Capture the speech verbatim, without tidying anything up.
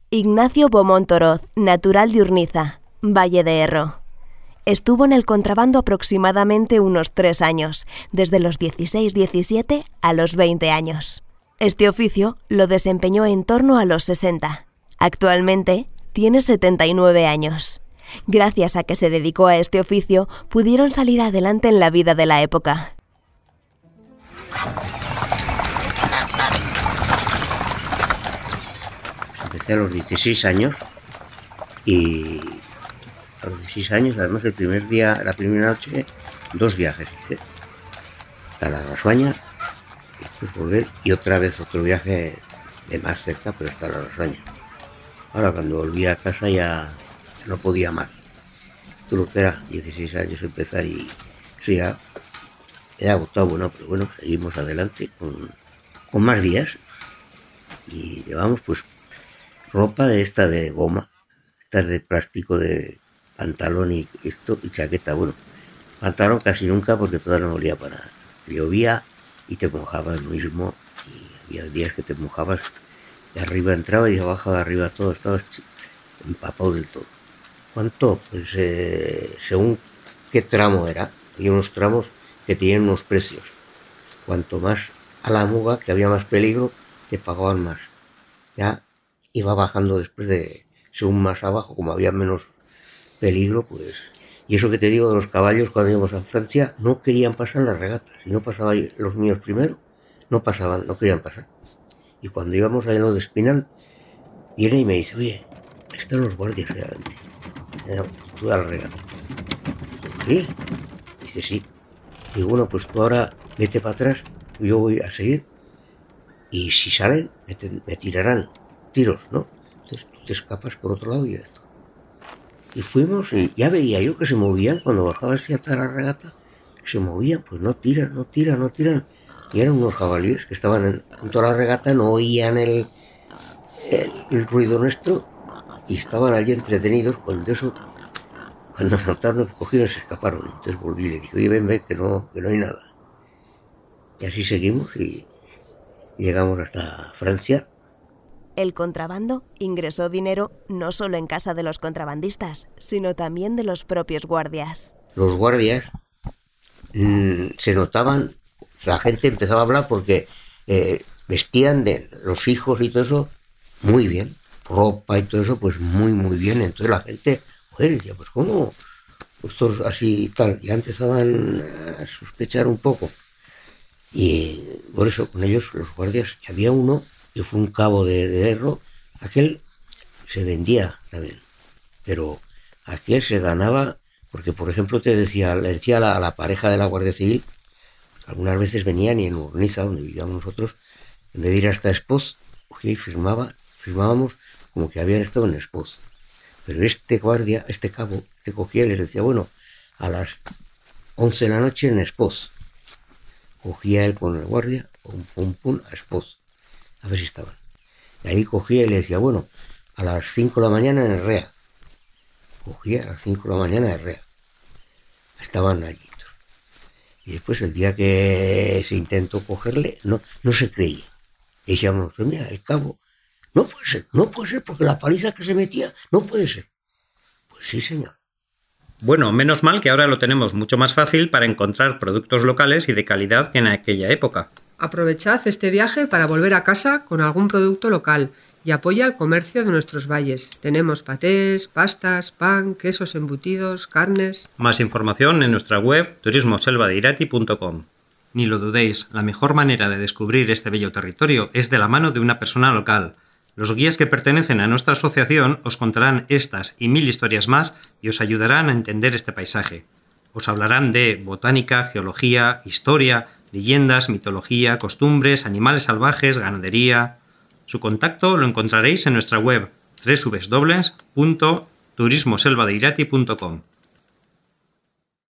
Ignacio Beaumont Oroz, natural de Urniza, Valle de Erro. Estuvo en el contrabando aproximadamente unos tres años, desde los dieciséis diecisiete a los veinte años. Este oficio lo desempeñó en torno a los sesenta. Actualmente tiene setenta y nueve años. Gracias a que se dedicó a este oficio, pudieron salir adelante en la vida de la época. Empecé a los dieciséis años y a los dieciséis años, además el primer día, la primera noche, dos viajes hice. Hasta la Rasuaña, y después volver y otra vez otro viaje de más cerca, pero hasta la Rasuaña. Ahora cuando volví a casa ya no podía más. Esto lo que era dieciséis años empezar y eso ya era agotado, bueno, pero bueno, seguimos adelante con, con más días y llevamos pues ropa de esta de goma, esta de plástico de pantalón y esto y chaqueta, bueno, pantalón casi nunca porque todavía no olía para nada. Llovía y te mojabas mismo y había días que te mojabas de arriba entraba y de abajo de arriba todo, estabas empapado del todo. ¿Cuánto? Pues eh, según qué tramo era, había unos tramos que tenían unos precios. Cuanto más a la muga, que había más peligro, te pagaban más. Ya iba bajando después de, según más abajo, como había menos peligro, pues... Y eso que te digo de los caballos, cuando íbamos a Francia, no querían pasar las regatas. Si no pasaban los míos primero, no pasaban, no querían pasar. Y cuando íbamos a lo de Espinal, viene y me dice, oye, están los guardias de adelante. Tú da la regata. ¿Sí? Dice, sí. Y bueno, pues tú ahora vete para atrás, yo voy a seguir. Y si salen, me, te, me tirarán tiros, ¿no? Entonces tú te escapas por otro lado y esto. Y fuimos y ya veía yo que se movían cuando bajabas hasta la regata. Se movían, pues no tiran, no tiran, no tiran. Y eran unos jabalíes que estaban en, junto a la regata, no oían el, el, el ruido nuestro y estaban allí entretenidos. Cuando eso, cuando notaron que cogieron, se escaparon. Entonces volví y le dije, oye, ven, ven, que no, que no hay nada. Y así seguimos y llegamos hasta Francia. El contrabando ingresó dinero no solo en casa de los contrabandistas, sino también de los propios guardias. Los guardias mmm, se notaban, la gente empezaba a hablar porque eh, vestían de los hijos y todo eso muy bien, ropa y todo eso pues muy muy bien. Entonces la gente, joder, decía, pues cómo, estos así y tal, ya empezaban a sospechar un poco. Y por eso con ellos, los guardias, y había uno que fue un cabo de, de Erro, aquel se vendía también, pero aquel se ganaba, porque por ejemplo te decía, le decía a la, a la pareja de la Guardia Civil, algunas veces venían y en Urniza, donde vivíamos nosotros, en vez de ir hasta Espoz, cogía y firmaba, firmábamos como que habían estado en Espoz. Pero este guardia, este cabo, te cogía y les decía, bueno, a las once de la noche en Espoz. Cogía él con el guardia, pum, pum, pum, a Espoz, a ver si estaban. Y ahí cogía y le decía, bueno, a las cinco de la mañana en Herrea. Cogía a las cinco de la mañana en Herrea. Estaban allí. Y después el día que se intentó cogerle, no, no se creía. Y decíamos, mira, el cabo, no puede ser, no puede ser, porque la paliza que se metía, no puede ser. Pues sí, señor. Bueno, menos mal que ahora lo tenemos mucho más fácil para encontrar productos locales y de calidad que en aquella época. Aprovechad este viaje para volver a casa con algún producto local y apoya el comercio de nuestros valles. Tenemos patés, pastas, pan, quesos embutidos, carnes... Más información en nuestra web turismo selva de irati punto com. Ni lo dudéis, la mejor manera de descubrir este bello territorio es de la mano de una persona local. Los guías que pertenecen a nuestra asociación os contarán estas y mil historias más y os ayudarán a entender este paisaje. Os hablarán de botánica, geología, historia, leyendas, mitología, costumbres, animales salvajes, ganadería... Su contacto lo encontraréis en nuestra web doble u doble u doble u punto turismo selva de irati punto com.